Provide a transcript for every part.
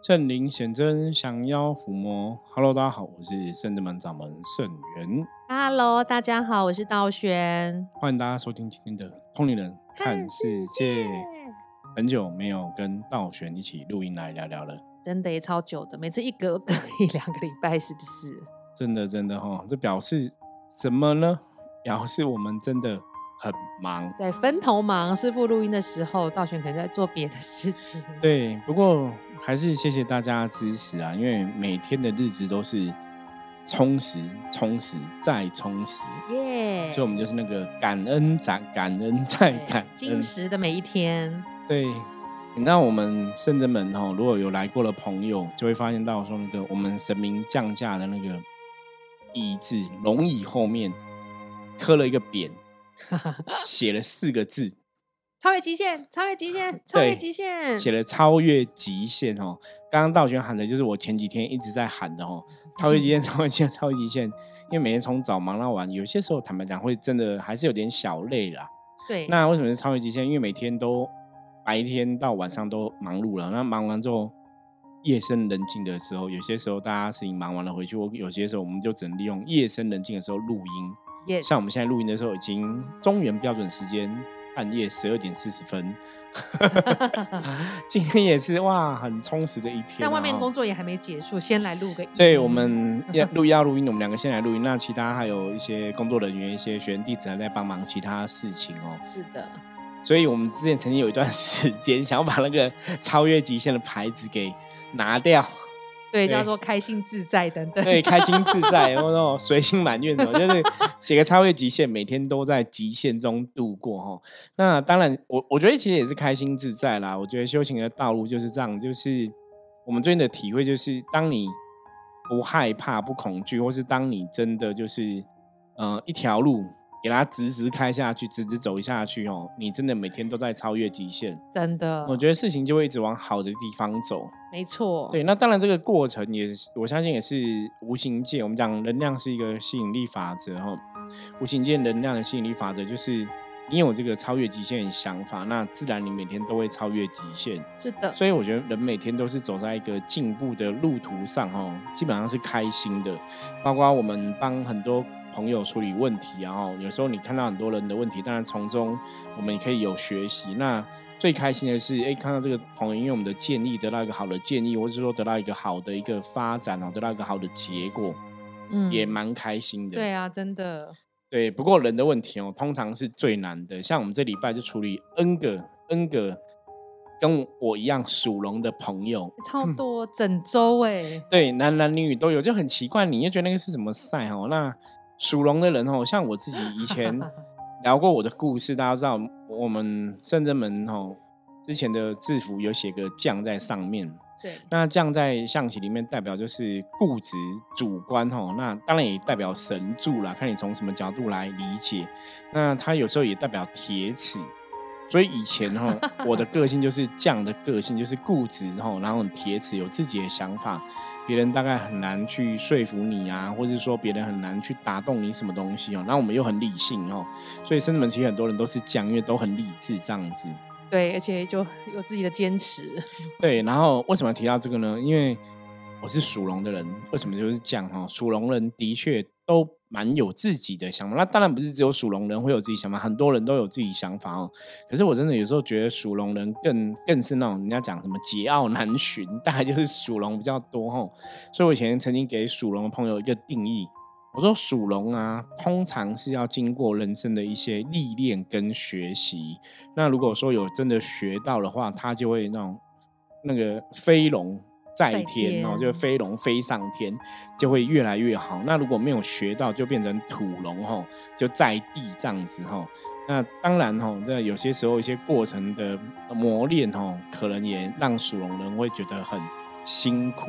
圣灵显真，降妖伏魔。Hello，大家好，我是圣真门掌门圣元， Hello，大家好，我是道玄。 欢迎大家收听今天的《通灵人看看世世界》。 界， 很久没有跟道玄一起录音来聊聊了， 真的也超久的，每次一隔一两个礼拜，是不是？ 真的这表示什么呢？表示我们真的很忙。 在分头忙师傅录音的时候，道玄可能在做别的事情。 对，不过还是谢谢大家的支持啊，因为每天的日子都是充实、充实再充实。 耶、 所以我们就是那个感恩再感恩再感金恩。 石的每一天。 对，你知道我们圣真门如果有来过的朋友，就会发现到说，那个我们神明降驾的那个椅子龙椅后面刻了一个匾，写了4个字， 超越极限，超越极限，超越对， 极限。 写了超越极限哦。刚刚道玄喊的就是我前几天一直在喊的哦，超越极限，超越极限，超越极限。因为每天从早忙到晚，有些时候坦白讲会真的还是有点小累啦。 对， 那为什么是超越极限？因为每天都白天到晚上都忙碌了，那忙完之后，夜深人静的时候，有些时候大家事情忙完了回去，有些时候我们就只能利用夜深人静的时候录音。 Yes 像我们现在录音的时候，已经中原标准时间半夜12:40。今天也是哇，很充实的一天、 但外面工作也还没结束，先来录个音。 对，我们要录音，我们两个先来录音。那其他还有一些工作人员、一些学员弟子还在帮忙其他事情哦。 是的， 所以我们之前曾经有一段时间想要把那个超越极限的牌子给拿掉， 对， 对叫做开心自在等等。 对，开心自在，然后随心满愿的，就是写个超越极限，每天都在极限中度过哈。那当然，我觉得其实也是开心自在啦。我觉得修行的道路就是这样，就是我们最近的体会就是，当你不害怕、不恐惧，或是当你真的就是一条路给它直直开下去，直直走下去哦，你真的每天都在超越极限。 真的， 我觉得事情就会一直往好的地方走。 没错。 对，那当然这个过程也是，我相信也是无形界。我们讲能量是一个吸引力法则哈，无形界能量的吸引力法则就是你有这个超越极限的想法，那自然你每天都会超越极限。 是的， 所以我觉得人每天都是走在一个进步的路途上哈，基本上是开心的。包括我们帮很多朋友处理问题啊，有时候你看到很多人的问题，当然从中我们也可以有学习。那最开心的是，看到这个朋友因为我们的建议得到一个好的建议，或者说得到一个好的一个发展哦，得到一个好的结果，也蛮开心的。 对啊，真的。 对，不过人的问题哦，通常是最难的。像我们这礼拜就处理 N个跟我一样属龙的朋友， 超多，整周哎。 对，男男女女都有，就很奇怪，你又觉得那个是什么赛哦？那属龙的人哦，像我自己以前聊过我的故事，大家知道我们圣真门之前的制服有写个将在上面， 对， 那将在象棋里面代表就是固执、主观那当然也代表神助啦，看你从什么角度来理解。那它有时候也代表铁齿。所以以前我的个性就是将的个性，就是固执然后很铁齿，有自己的想法，别人大概很难去说服你啊，或者说别人很难去打动你什么东西然后我们又很理性所以甚至们其实很多人都是将，因为都很理智这样子。 对，而且就有自己的坚持。 对，然后为什么提到这个呢？因为我是属龙的人，为什么就是这样属龙人的确都蛮有自己的想法。那当然不是只有属龙人会有自己想法，很多人都有自己想法可是我真的有时候觉得属龙人更是那种人家讲什么桀骜难驯，大概就是属龙比较多所以我以前曾经给属龙的朋友一个定义，我说属龙啊，通常是要经过人生的一些历练跟学习。那如果说有真的学到的话，他就会那个飞龙在天就飞龙飞上天，就会越来越好。那如果没有学到，就变成土龙就在地这样子那当然这有些时候一些过程的磨练可能也让属龙人会觉得很辛苦。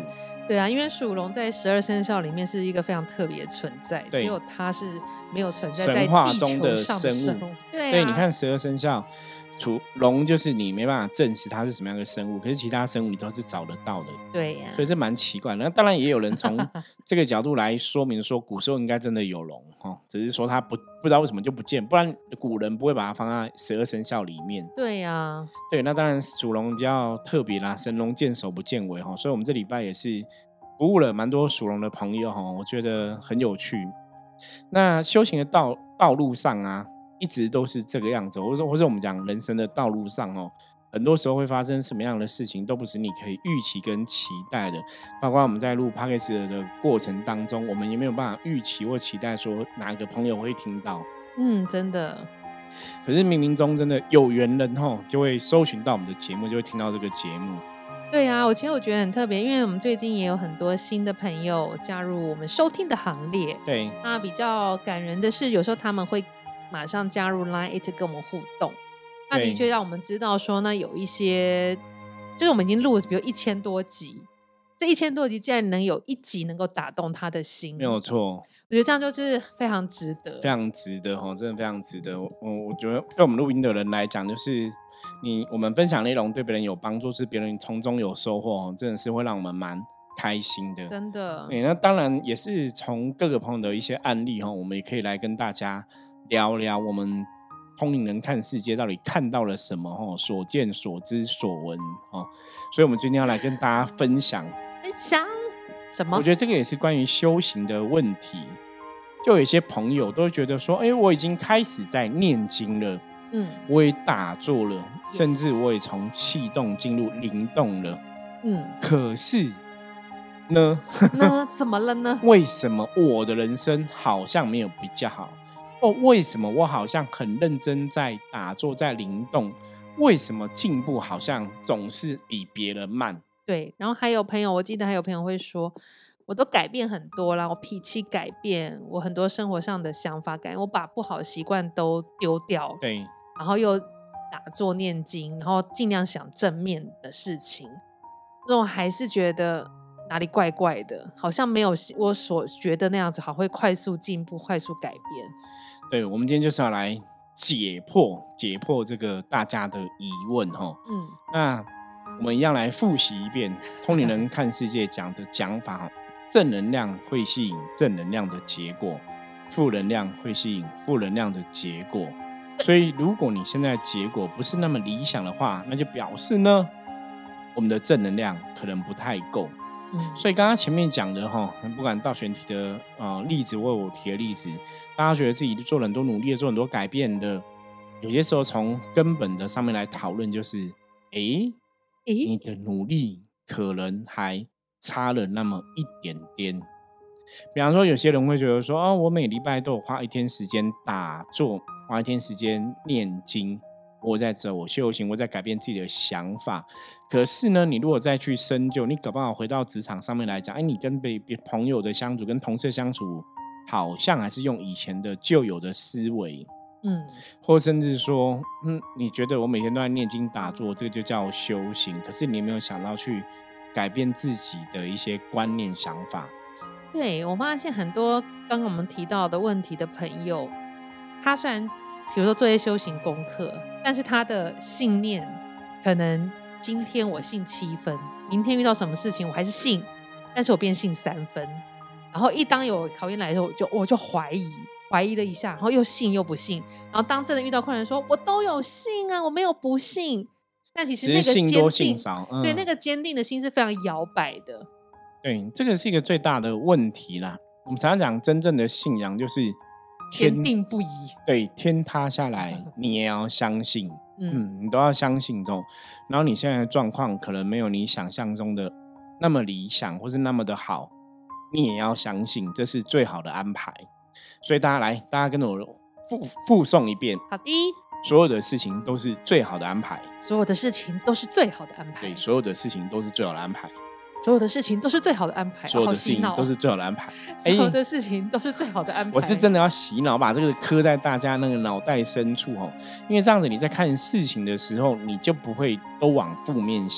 对啊，因为属龙在12生肖里面是一个非常特别的存在，只对有它是没有存在在神话地中的球上的生物。 生物。对对，你啊， 看12生肖，除龙就是你没办法证实它是什么样的生物，可是其他生物你都是找得到的， 对呀、 所以这蛮奇怪的。那当然也有人从这个角度来说明说，古时候应该真的有龙哦，只是说它不知道为什么就不见，不然古人不会把它放在12生肖里面。 对呀、 对，那当然属龙比较特别啦，神龙见首不见尾哈，所以我们这礼拜也是服务了蛮多属龙的朋友哈，我觉得很有趣。那修行的道路上啊，一直都是这个样子，或者我们讲人生的道路上哦，很多时候会发生什么样的事情，都不是你可以预期跟期待的。包括我们在录 Podcast 的过程当中，我们也没有办法预期或期待说哪个朋友会听到。 真的， 可是冥冥中真的有缘人就会搜寻到我们的节目，就会听到这个节目。 对啊，其实我觉得很特别，因为我们最近也有很多新的朋友加入我们收听的行列。 对那比较感人的是，有时候他们会马上加入 Line 跟我们互动，那的确让我们知道说，那有一些就是我们已经录了，比如1000多集，这1000多集竟然能有一集能够打动他的心， 没有错， 我觉得这样就是非常值得， 非常值得真的非常值得。我觉得对我们录音的人来讲，就是我们分享内容对别人有帮助，是别人从中有收获真的是会让我们蛮开心的。 真的。 那当然也是从各个朋友的一些案例我们也可以来跟大家聊聊我们通灵人看世界到底看到了什么所见所知所闻所以我们今天要来跟大家分享什么？ 我觉得这个也是关于修行的问题。就有一些朋友都会觉得说，我已经开始在念经了，我也打坐了，甚至我也从气动进入灵动了，可是呢怎么了呢？ 为什么我的人生好像没有比较好？为什么我好像很认真在打坐在灵动，为什么进步好像总是比别人慢？ 对，然后还有朋友，我记得还有朋友会说，我都改变很多啦，我脾气改变，我很多生活上的想法改变，我把不好的习惯都丢掉， 对， 然后又打坐念经，然后尽量想正面的事情，这种还是觉得哪里怪怪的，好像没有我所觉得那样子好，会快速进步，快速改变。 对，我们今天就是要来解破这个大家的疑问那我们一样来复习一遍通灵人看世界讲的讲法正能量会吸引正能量的结果，负能量会吸引负能量的结果。所以如果你现在结果不是那么理想的话，那就表示呢我们的正能量可能不太够。所以刚刚前面讲的不管道玄提的例子或我提的例子，大家觉得自己做了很多努力，做很多改变的，有些时候从根本的上面来讨论，就是你的努力可能还差了那么一点点。比方说有些人会觉得说我每礼拜都有花一天时间打坐，花一天时间念经，我在走修行，我在改变自己的想法。可是呢你如果再去深究，你搞不好回到职场上面来讲你跟朋友的相处，跟同事的相处，好像还是用以前的旧有的思维或甚至说你觉得我每天都在念经打坐，这个就叫修行，可是你有没有想到去改变自己的一些观念想法？ 对，我发现很多刚刚我们提到的问题的朋友，他虽然比如说做一些修行功课，但是他的信念可能今天我信7分，明天遇到什么事情我还是信，但是我变信3分，然后一当有考验来的时候，我就怀疑了一下，然后又信又不信，然后当真的遇到困难说我都有信啊，我没有不信，但其实那个信多信少对，那个坚定的心是非常摇摆的。 对，这个是一个最大的问题啦。我们常常讲真正的信仰就是坚定不移， 对，天塌下来你也要相信你都要相信然后你现在的状况可能没有你想象中的那么理想或是那么的好，你也要相信这是最好的安排。所以大家跟着我复诵一遍。 好的， 所有的事情都是最好的安排， 所有的事情都是最好的安排， 对，所有的事情都是最好的安排， 所有的事情都是最好的安排， 所有的事情都是最好的安排， 所有的事情都是最好的安排。 我是真的要洗脑，把这个刻在大家那个脑袋深处因为这样子你在看事情的时候，你就不会都往负面想。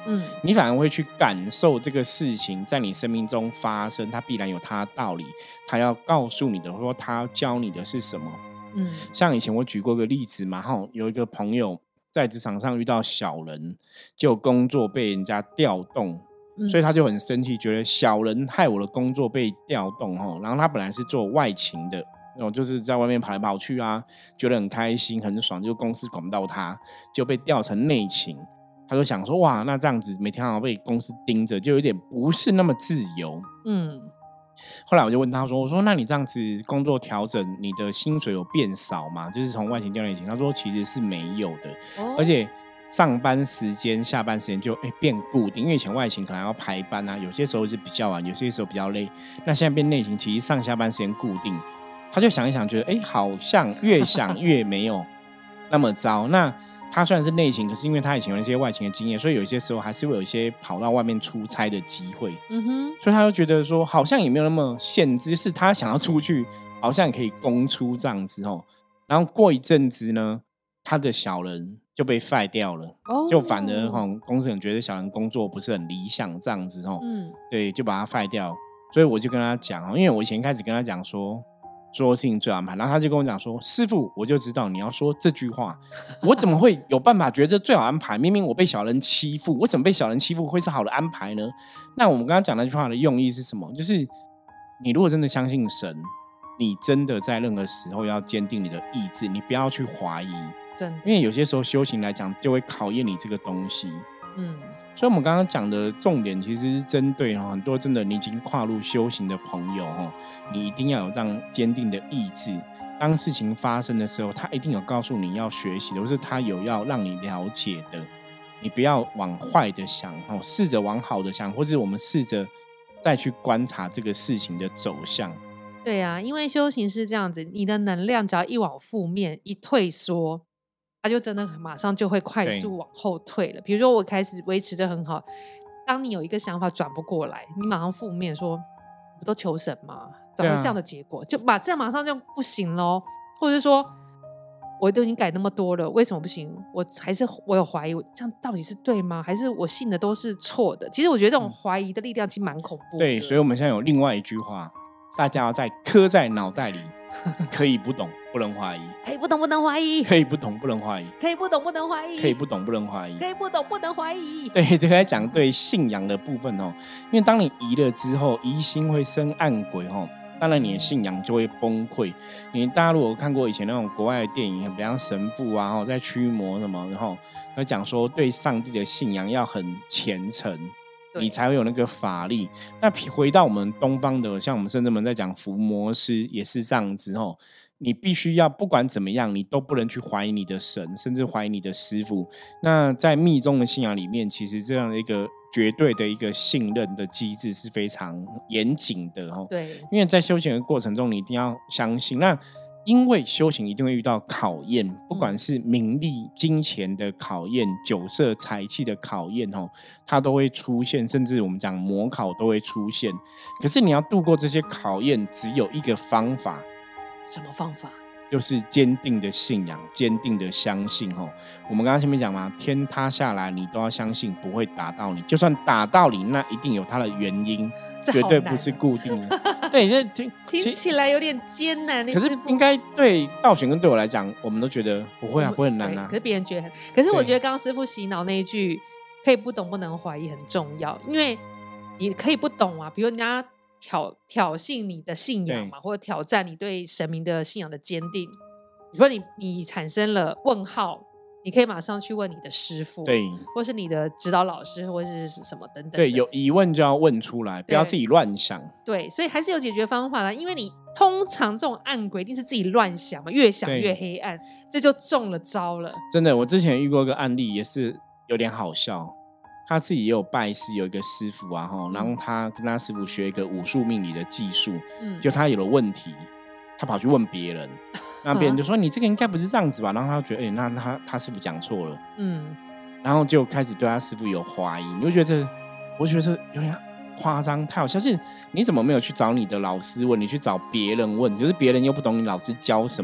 你反而会去感受这个事情在你生命中发生，它必然有它的道理，它要告诉你的，或者它要教你的是什么。像以前我举过一个例子嘛，有一个朋友在职场上遇到小人，就工作被人家调动，所以他就很生气，觉得小人害我的工作被调动。然后他本来是做外勤的，就是在外面跑来跑去啊，觉得很开心很爽，就公司管不到他，就被调成内勤。他就想说，哇，那这样子每天好像被公司盯着，就有点不是那么自由。后来我就问他说，我说那你这样子工作调整，你的薪水有变少吗？就是从外勤调内勤。他说其实是没有的，而且上班时间下班时间就变固定，因为以前外勤可能要排班啊，有些时候是比较晚，有些时候比较累，那现在变内勤，其实上下班时间固定。他就想一想，觉得好像越想越没有那么糟。那他虽然是内勤，可是因为他以前有一些外勤的经验，所以有些时候还是会有一些跑到外面出差的机会。所以他就觉得说好像也没有那么限制，就是他想要出去好像也可以公出这样子。然后过一阵子呢，他的小人就被fire掉了，就反而公司可能觉得小人工作不是很理想这样子。对，就把他fire掉。所以我就跟他讲，因为我以前开始跟他讲说事情最好安排，然后他就跟我讲说，师父，我就知道你要说这句话，我怎么会有办法觉得这最好安排？明明我被小人欺负，我怎么被小人欺负会是好的安排呢？那我们刚刚讲那句话的用意是什么？就是你如果真的相信神，你真的在任何时候要坚定你的意志，你不要去怀疑， 真的， 因为有些时候修行来讲就会考验你这个东西。所以我们刚刚讲的重点其实是针对很多真的你已经跨入修行的朋友，你一定要有这样坚定的意志。当事情发生的时候，他一定有告诉你要学习的，或是他有要让你了解的。你不要往坏的想，试着往好的想，或者我们试着再去观察这个事情的走向。 对啊，因为修行是这样子，你的能量只要一往负面一退缩，它就真的马上就会快速往后退了。比如说我开始维持得很好，当你有一个想法转不过来，你马上负面说不都求神吗？怎么会这样的结果？就这样马上就不行咯。或者是说我都已经改那么多了，为什么不行？我有怀疑，这样到底是对吗？还是我信的都是错的？其实我觉得这种怀疑的力量其实蛮恐怖的。 对，所以我们现在有另外一句话，大家要刻在脑袋里，可以不懂不能怀疑， 可以不懂不能怀疑， 可以不懂不能怀疑， 可以不懂不能怀疑， 可以不懂不能怀疑， 可以不懂不能怀疑。 对，这个在讲对信仰的部分。因为当你疑了之后，疑心会生暗鬼，当然你的信仰就会崩溃。大家如果看过以前那种国外的电影，比方神父啊在驱魔什么，然后他讲说对上帝的信仰要很虔诚，你才会有那个法力。那回到我们东方的，像我们圣真门在讲伏魔师也是这样子，你必须要不管怎么样，你都不能去怀疑你的神，甚至怀疑你的师父。那在密宗的信仰里面，其实这样的一个绝对的一个信任的机制是非常严谨的。 对， 因为在修行的过程中，你一定要相信。那因为修行一定会遇到考验，不管是名利金钱的考验，酒色财气的考验，它都会出现，甚至我们讲魔考都会出现。可是你要度过这些考验，只有一个方法。 什么方法？ 就是坚定的信仰，坚定的相信。我们刚刚前面讲嘛，天塌下来你都要相信不会打到你，就算打到你，那一定有它的原因，绝对不是固定的。对，这听起来有点艰难。 可是应该对道玄跟对我来讲，我们都觉得不会啊，不会很难啊。 可是别人觉得很，可是我觉得刚刚师父洗脑那一句“可以不懂不能怀疑”很重要，因为你可以不懂啊，比如人家挑衅你的信仰嘛，或者挑战你对神明的信仰的坚定。比如说你产生了问号，你可以马上去问你的师父， 对， 或是你的指导老师，或是什么等等。 对，有疑问就要问出来，不要自己乱想。 对，所以还是有解决方法的，因为你通常这种暗鬼一定是自己乱想嘛，越想越黑暗，这就中了招了。真的，我之前遇过一个案例，也是有点好笑。他自己也有拜师，有一个师傅啊，然后他跟他师傅学一个武术命理的技术，就他有了问题，他跑去问别人，那别人就说你这个应该不是这样子吧，然后他觉得那他师傅讲错了，然后就开始对他师傅有怀疑。我觉得这有点夸张，太好笑。就是你怎么没有去找你的老师问，你去找别人问，就是别人又不懂你老师教什么，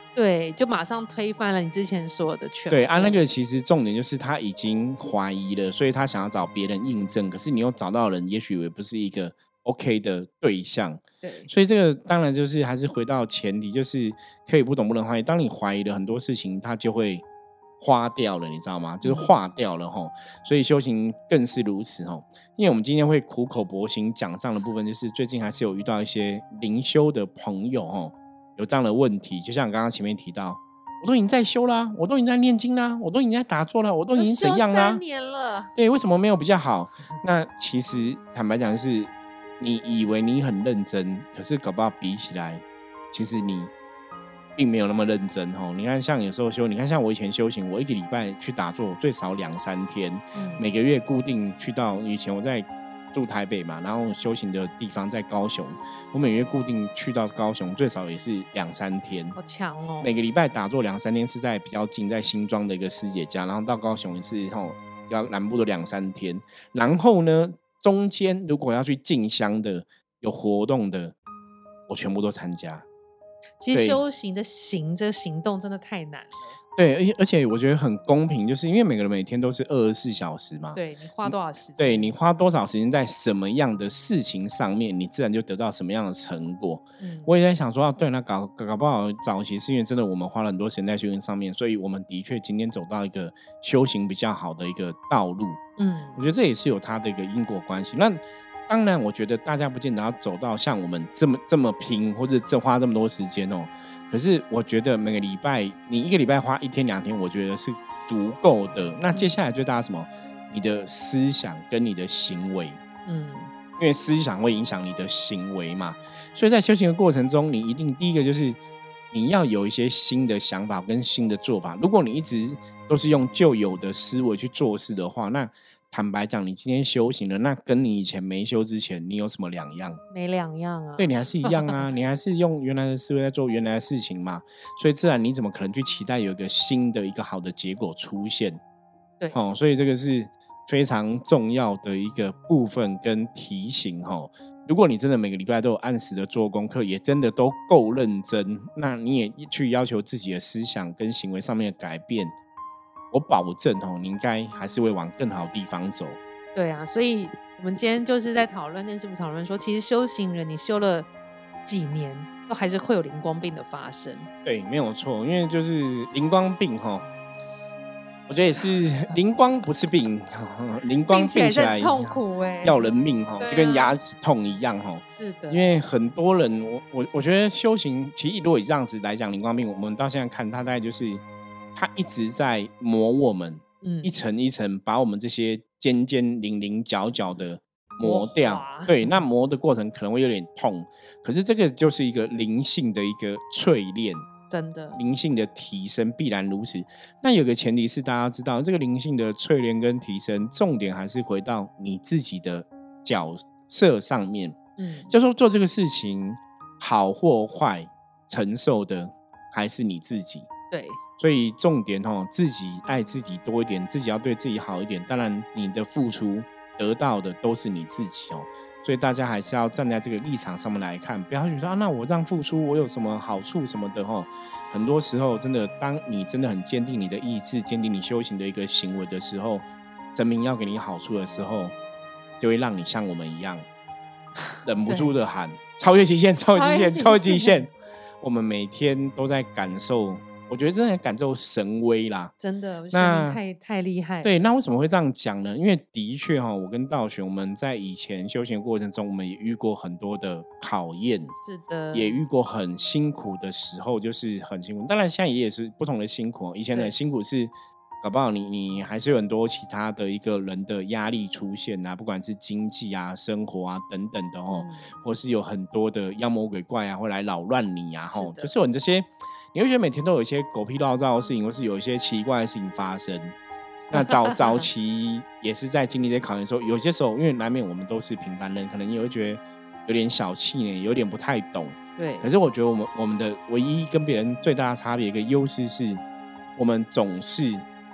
对，就马上推翻了你之前所有的全部。 对啊，那个其实重点就是他已经怀疑了，所以他想要找别人印证，可是你又找到人，也许也不是一个 OK 的对象。 对， 所以这个当然就是还是回到前提，就是可以不懂不能怀疑。当你怀疑了很多事情，它就会花掉了，你知道吗？就是化掉了齁。所以修行更是如此齁。因为我们今天会苦口婆心讲上的部分，就是最近还是有遇到一些灵修的朋友齁，有这样的问题。就像刚刚前面提到，我都已经在修啦，我都已经在念经啦，我都已经在打坐了，我都已经怎样啦？ 修3年了， 对，为什么没有比较好？那其实坦白讲是，你以为你很认真，可是搞不好比起来，其实你并没有那么认真哦。你看，像有时候修，你看像我以前修行，我1个礼拜去打坐最少2-3天，每个月固定去到。以前我在住台北嘛，然后修行的地方在高雄，我每个月固定去到高雄，最少也是2-3天。 好强哦！ 每个礼拜打坐2-3天是在比较近，在新庄的一个师姐家，然后到高雄也是要南部的2-3天。然后呢，中间如果要去进香的、有活动的，我全部都参加。 其实修行的这行动真的太难了。 对，而且我觉得很公平，就是因为每个人每天都是24小时嘛。 对，你花多少时间？ 对，你花多少时间在什么样的事情上面，你自然就得到什么样的成果。我也在想说，对，那搞不好早期是因为真的我们花了很多时间在修行上面，所以我们的确今天走到一个修行比较好的一个道路。我觉得这也是有它的一个因果关系。那当然，我觉得大家不见得要走到像我们这么拼，或者花这么多时间哦。可是我觉得每个礼拜，你1个礼拜花1天2天，我觉得是足够的。那接下来就大家什么，你的思想跟你的行为，因为思想会影响你的行为嘛。所以在修行的过程中，你一定第一个就是你要有一些新的想法跟新的做法。如果你一直都是用旧有的思维去做事的话，那坦白讲，你今天修行了，那跟你以前没修之前，你有什么两样？ 没两样啊。 对，你还是一样啊，你还是用原来的思维在做原来的事情嘛，所以自然你怎么可能去期待有一个新的一个好的结果出现？ 对， 所以这个是非常重要的一个部分跟提醒如果你真的每个礼拜都有按时的做功课，也真的都够认真，那你也去要求自己的思想跟行为上面的改变，我保证你应该还是会往更好的地方走。 对啊，所以我们今天就是在讨论，跟师父讨论说，其实修行人你修了几年，都还是会有灵光病的发生。 对，没有错，因为就是灵光病我觉得也是灵光不是病，灵光病起来痛苦要人命就跟牙齿痛一样是的， 因为很多人，我觉得修行其实如果以这样子来讲，灵光病我们到现在看它大概就是它一直在磨我们，一层一层把我们这些尖尖棱棱角角的磨掉。对，那磨的过程可能会有点痛，可是这个就是一个灵性的一个淬炼。 真的， 灵性的提升必然如此。那有个前提是大家知道，这个灵性的淬炼跟提升，重点还是回到你自己的角色上面。就说做这个事情好或坏，承受的还是你自己。 对， 所以重点自己爱自己多一点，自己要对自己好一点。当然，你的付出得到的都是你自己所以大家还是要站在这个立场上面来看，不要觉得那我这样付出我有什么好处什么的很多时候真的，当你真的很坚定你的意志，坚定你修行的一个行为的时候，神明要给你好处的时候，就会让你像我们一样忍不住的喊超越极限，超越极限，超越极限。我们每天都在感受，我觉得真的感受神威啦， 真的，神明太厉害了。 对，那为什么会这样讲呢？因为的确我跟道玄，我们在以前修行的过程中，我们也遇过很多的考验， 是的， 也遇过很辛苦的时候，就是很辛苦。当然，现在也是不同的辛苦以前的辛苦是，搞不好你还是有很多其他的一个人的压力出现不管是经济啊、生活啊等等的或是有很多的妖魔鬼怪会来扰乱你就是有这些。你会觉得每天都有一些狗屁倒灶的事情，或是有一些奇怪的事情发生。那早期也是在经历这些考验的时候，有些时候因为难免我们都是平凡人，可能也会觉得有点小气馁，有点不太懂。 对。 可是我觉得我们的唯一跟别人最大的差别一个优势是，我们总是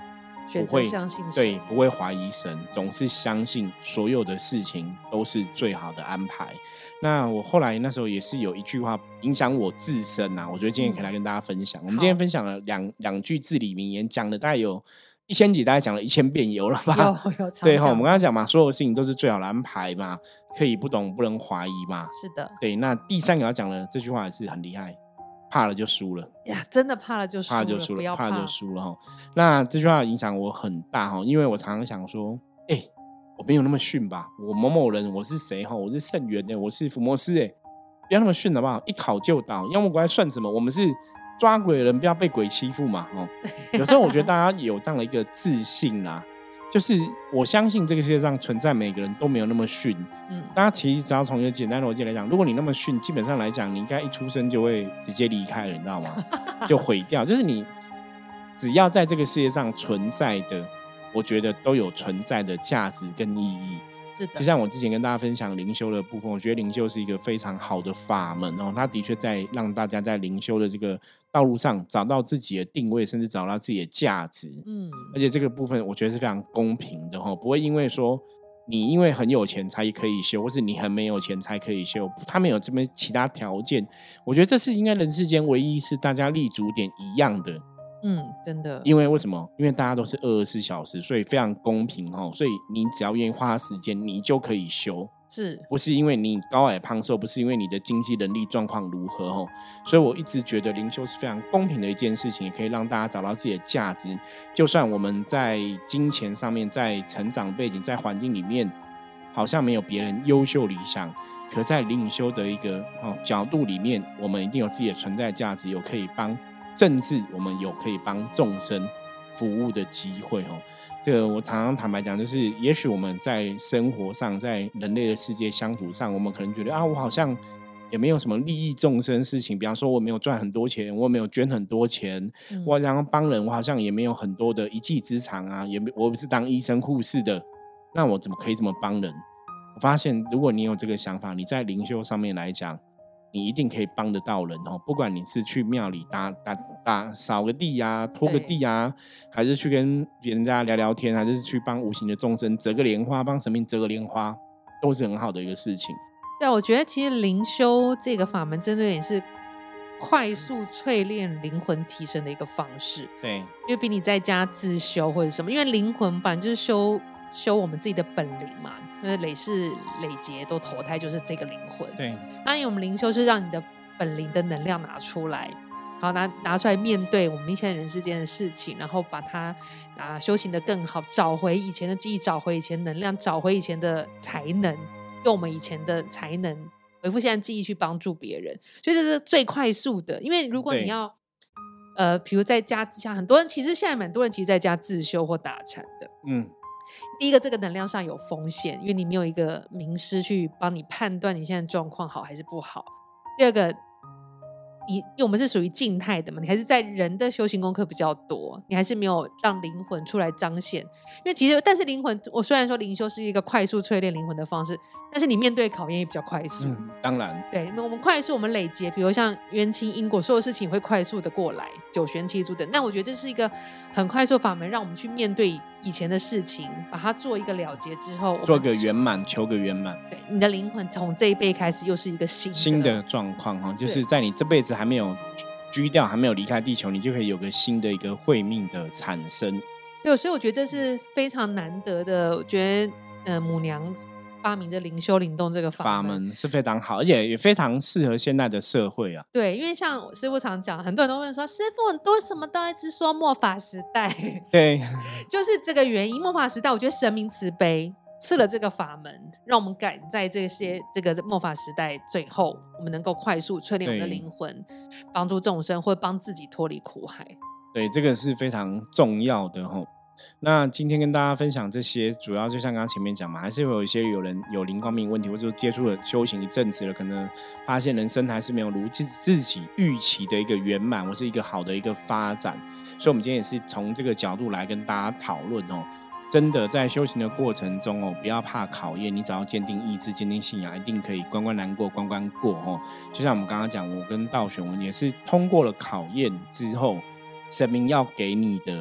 选择相信神， 对，不会怀疑神，总是相信所有的事情都是最好的安排。那我后来那时候也是有一句话影响我自身啊，我觉得今天可以来跟大家分享。我们今天分享了两句至理名言，讲了大概有1000集，大概讲了1000遍有了吧？ 有对哈，我们刚刚讲嘛，所有事情都是最好的安排嘛，可以不懂不能怀疑嘛。 是的， 对。那第3个要讲的这句话也是很厉害，怕了就输了呀，真的怕了就输了， 怕了就输了， 不要怕了就输了哈。那这句话影响我很大哈，因为我常常想说，我没有那么逊吧？我某某人，我是谁哈？我是圣元的，我是福摩斯不要那么逊好不好？一考就倒，妖魔鬼怪算什么？我们是抓鬼的人，不要被鬼欺负嘛有时候我觉得大家有这样的一个自信啦，就是我相信这个世界上存在每个人都没有那么逊。大家其实只要从一个简单逻辑来讲，如果你那么逊，基本上来讲，你应该一出生就会直接离开了，你知道吗？就毁掉。就是你只要在这个世界上存在的，我觉得都有存在的价值跟意义。 是的， 就像我之前跟大家分享灵修的部分，我觉得灵修是一个非常好的法门它的确在让大家在灵修的这个道路上找到自己的定位，甚至找到自己的价值。而且这个部分我觉得是非常公平的不会因为说你因为很有钱才可以修，或是你很没有钱才可以修，他们有这么其他条件。我觉得这是应该人世间唯一是大家立足点一样的。 真的， 因为为什么？因为大家都是24小时，所以非常公平所以你只要愿意花时间，你就可以修，不是因为你高矮胖瘦，不是因为你的经济能力状况如何所以我一直觉得灵修是非常公平的一件事情，也可以让大家找到自己的价值。就算我们在金钱上面，在成长背景，在环境里面好像没有别人优秀理想，可在灵修的一个角度里面，我们一定有自己的存在价值，有可以帮，甚至我们有可以帮众生服务的机会这个我常常坦白讲，就是也许我们在生活上，在人类的世界相处上，我们可能觉得我好像也没有什么利益众生的事情，比方说我没有赚很多钱，我没有捐很多钱，我好像帮人，我好像也没有很多的一技之长啊，我不是当医生护士的，那我怎么可以这么帮人？我发现如果你有这个想法，你在灵修上面来讲，你一定可以帮得到人不管你是去庙里扫个地啊，拖个地啊，还是去跟别人家聊聊天，还是去帮无形的众生折个莲花，帮神明折个莲花，都是很好的一个事情。 对，我觉得其实灵修这个法门真的也是快速淬炼灵魂提升的一个方式。 对， 因为比你在家自修或者什么，因为灵魂本来就是修我们自己的本灵嘛，累世累劫都投胎就是这个灵魂。 对， 那因为我们灵修是让你的本灵的能量拿出来，好拿出来面对我们一些人世间的事情，然后把它修行的更好，找回以前的记忆，找回以前能量，找回以前的才能，用我们以前的才能回复现在记忆去帮助别人，所以这是最快速的。因为如果你要比如在家自修，很多人其实现在蛮多人其实在家自修或打禅的。第一个，这个能量上有风险，因为你没有一个名师去帮你判断你现在状况好还是不好。第二个，因为我们是属于静态的嘛，你还是在人的修行功课比较多，你还是没有让灵魂出来彰显。因为其实，但是灵魂，我虽然说灵修是一个快速淬炼灵魂的方式，但是你面对考验也比较快速。 当然， 对，那我们快速，我们累积，比如像冤亲因果，所有事情会快速的过来，九玄七祖等。那我觉得这是一个很快速的法门，让我们去面对以前的事情，把它做一个了结之后， 做个圆满，求个圆满。 对，你的灵魂从这一辈开始又是一个新的状况就是在你这辈子还没有居掉，还没有离开地球，你就可以有个新的一个慧命的产生。 对，所以我觉得这是非常难得的。我觉得母娘发明这灵修灵动这个法门是非常好，而且也非常适合现在的社会啊。 对，因为像师父常讲，很多人都问说，师父很多什么都一直说末法时代， 对， 就是这个原因。末法时代，我觉得神明慈悲赐了这个法门，让我们赶在这个末法时代最后，我们能够快速淬炼我们的灵魂，帮助众生或帮自己脱离苦海。 对，这个是非常重要的那今天跟大家分享这些，主要就像刚刚前面讲嘛，还是会有一些人有灵光命问题，或者接触了修行一阵子了，可能发现人生还是没有如自己预期的一个圆满，或是一个好的一个发展。所以我们今天也是从这个角度来跟大家讨论真的在修行的过程中不要怕考验，你只要坚定意志，坚定信仰，一定可以关关难过关关过就像我们刚刚讲，我跟道玄文也是通过了考验之后，神明要给你的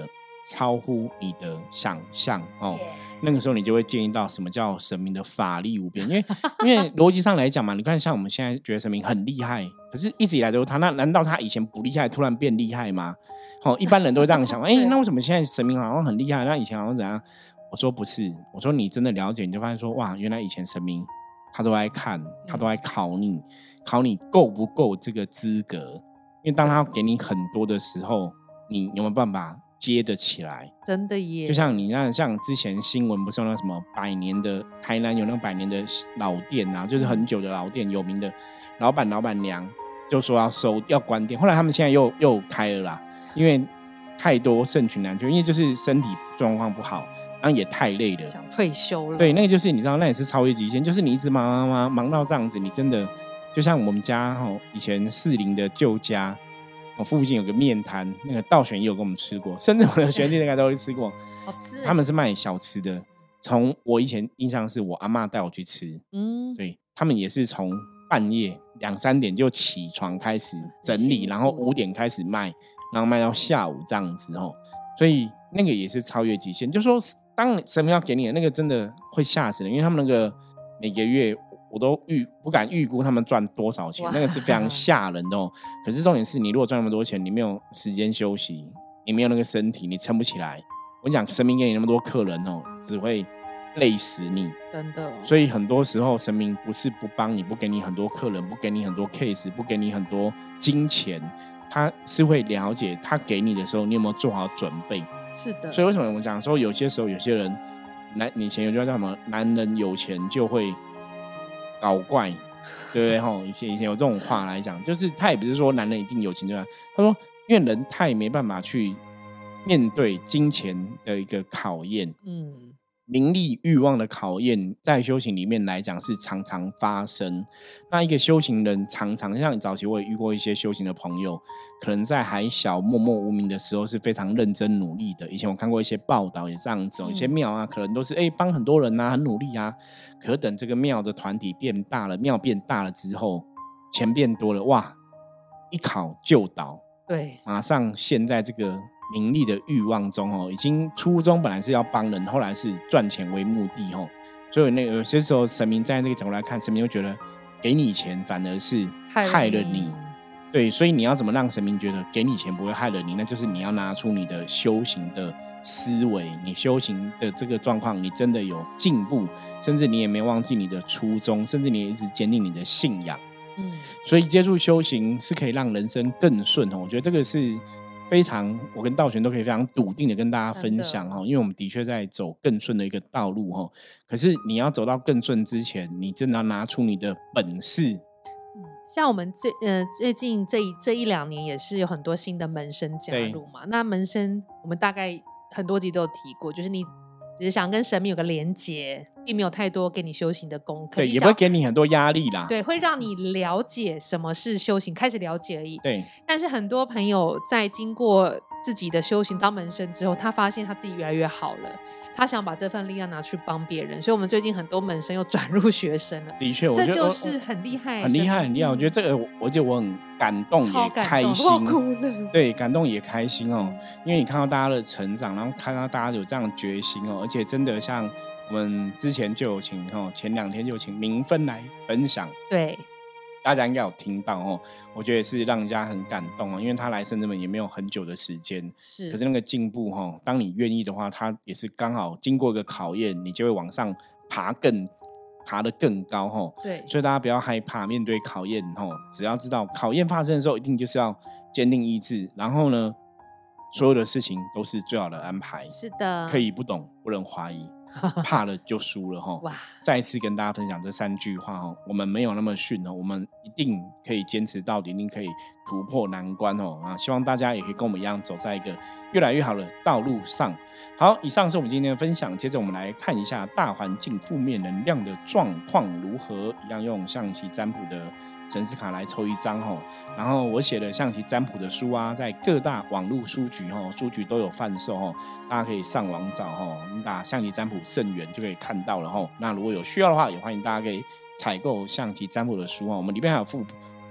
超乎你的想象哦。那个时候你就会建议到什么叫神明的法力无边，因为逻辑上来讲嘛，你看像我们现在觉得神明很厉害，可是一直以来都是他，那难道他以前不厉害，突然变厉害吗？一般人都会这样想，那为什么现在神明好像很厉害，那以前好像怎样？我说不是，我说你真的了解，你就发现说，哇，原来以前神明他都在看，他都在考你够不够这个资格，因为当他给你很多的时候，你有没有办法接得起来？ 真的耶！ 就像你那像之前新闻不是有那什么100年的台南有那100年的老店啊，就是很久的老店，有名的老板娘就说要关店，后来他们现在又开了啦，因为太多盛群难却，因为就是身体状况不好，然后也太累了， 想退休了。 对，那个就是你知道，那也是超越极限，就是你一直忙到这样子，你真的就像我们家以前40的旧家。附近有个面摊，那个道玄也有跟我们吃过，甚至我的学弟应该都会吃过。 好吃。 他们是卖小吃的，从我以前印象是我阿嬷带我去吃，对，他们也是从半夜2、3点就起床开始整理，然后5点开始卖，然后卖到下午这样子所以那个也是超越极限。就说当神明要给你的那个，真的会吓死人，因为他们那个每个月。我都不敢预估他们赚多少钱，那个是非常吓人的可是重点是你如果赚那么多钱，你没有时间休息，你没有那个身体，你撑不起来。我跟你讲，神明给你那么多客人只会累死你， 真的。 所以很多时候神明不是不帮你，不给你很多客人，不给你很多 case， 不给你很多金钱，他是会了解他给你的时候你有没有做好准备。 是的。 所以为什么我们讲说有些时候有些人以前有句话叫什么，男人有钱就会搞怪，对不对？以前有这种话来讲，就是他也不是说男人一定有钱就他说因为人太没办法去面对金钱的一个考验，名利欲望的考验，在修行里面来讲是常常发生。那一个修行人常常像早期我也遇过一些修行的朋友，可能在还小默默无名的时候是非常认真努力的。以前我看过一些报道也这样子一些庙啊可能都是帮很多人啊很努力啊，可是等这个庙的团体变大了，庙变大了之后，钱变多了，哇，一考就倒， 对， 马上陷在这个名利的欲望中已经初衷本来是要帮人，后来是赚钱为目的所以那个有些时候神明站在这个角度来看，神明会觉得给你钱反而是害了你，对，所以你要怎么让神明觉得给你钱不会害了你，那就是你要拿出你的修行的思维，你修行的这个状况你真的有进步，甚至你也没忘记你的初衷，甚至你也一直坚定你的信仰。所以接触修行是可以让人生更顺我觉得这个是非常，我跟道玄都可以非常笃定的跟大家分享因为我们的确在走更顺的一个道路可是你要走到更顺之前，你真的要拿出你的本事。 像我们最近这1、2年也是有很多新的门生加入嘛，那门生我们大概很多集都有提过，就是你只是想跟神明有个连结，并没有太多给你修行的功课， 对，也不会给你很多压力啦， 对，会让你了解什么是修行，开始了解而已。 对， 但是很多朋友在经过自己的修行当门生之后，他发现他自己越来越好了，他想把这份力量拿去帮别人，所以我们最近很多门生又转入学生了。 的确，我觉得这就是很厉害， 很厉害，很厉害。我觉得这个，我很感动，也开心，对，感动也开心因为你看到大家的成长，然后看到大家有这样的决心而且真的像我们之前就有请前2天就请明芬来分享， 对。 大家应该有听到我觉得也是让人家很感动因为他来圣真门也没有很久的时间，可是那个进步当你愿意的话，他也是刚好经过一个考验，你就会往上爬得更高对， 所以大家不要害怕面对考验只要知道考验发生的时候，一定就是要坚定意志，然后呢，所有的事情都是最好的安排。 是的， 可以不懂，不能怀疑。怕了就输了哇！再一次跟大家分享这3句话我们没有那么逊我们一定可以坚持到底，一定可以突破难关希望大家也可以跟我们一样走在一个越来越好的道路上。好，以上是我们今天的分享，接着我们来看一下大环境负面能量的状况如何，一样用象棋占卜的神士卡来抽一张然后我写了象棋占卜的书啊，在各大网络书局都有贩售大家可以上网找你打象棋占卜圣元就可以看到了那如果有需要的话，也欢迎大家可以采购象棋占卜的书我们里面还有附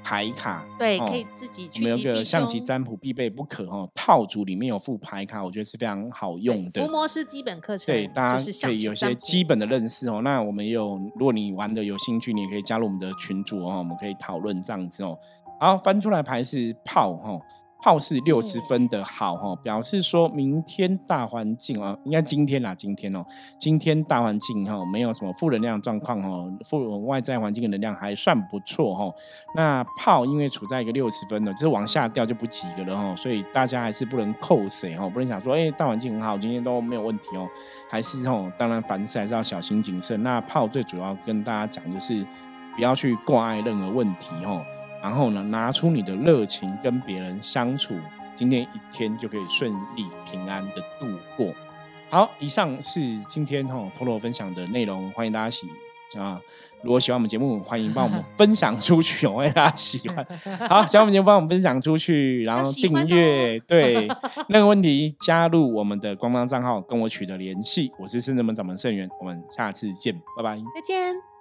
牌卡， 对，可以自己我们有趋吉避个象棋凶。 占卜必备不可套组里面有附牌卡，我觉得是非常好用的。 伏魔师基本课程， 对，大家可就是象以有些棋占卜。 基本的认识那我们也有，如果你玩的有兴趣，你也可以加入我们的群组我们可以讨论这样子好，翻出来牌是炮炮是60分的好表示说明天大环境应该今天啦，今天大环境没有什么负能量状况负外在环境的能量还算不错那炮因为处在一个60分的，就是往下掉就不及格了所以大家还是不能扣谁不能想说大环境很好，今天都没有问题还是当然凡事还是要小心谨慎。那炮最主要跟大家讲就是不要去挂碍任何问题然后呢，拿出你的热情跟别人相处，今天一天就可以顺利平安的度过。好，以上是今天托罗分享的内容，欢迎大家如果喜欢我们节目，欢迎帮我们分享出去欢迎大家喜欢。好，喜欢我们节目帮我们分享出去，然后订阅对，任何问题加入我们的官方账号跟我取得联系。我是圣真门掌门圣元，我们下次见，拜拜， 再见。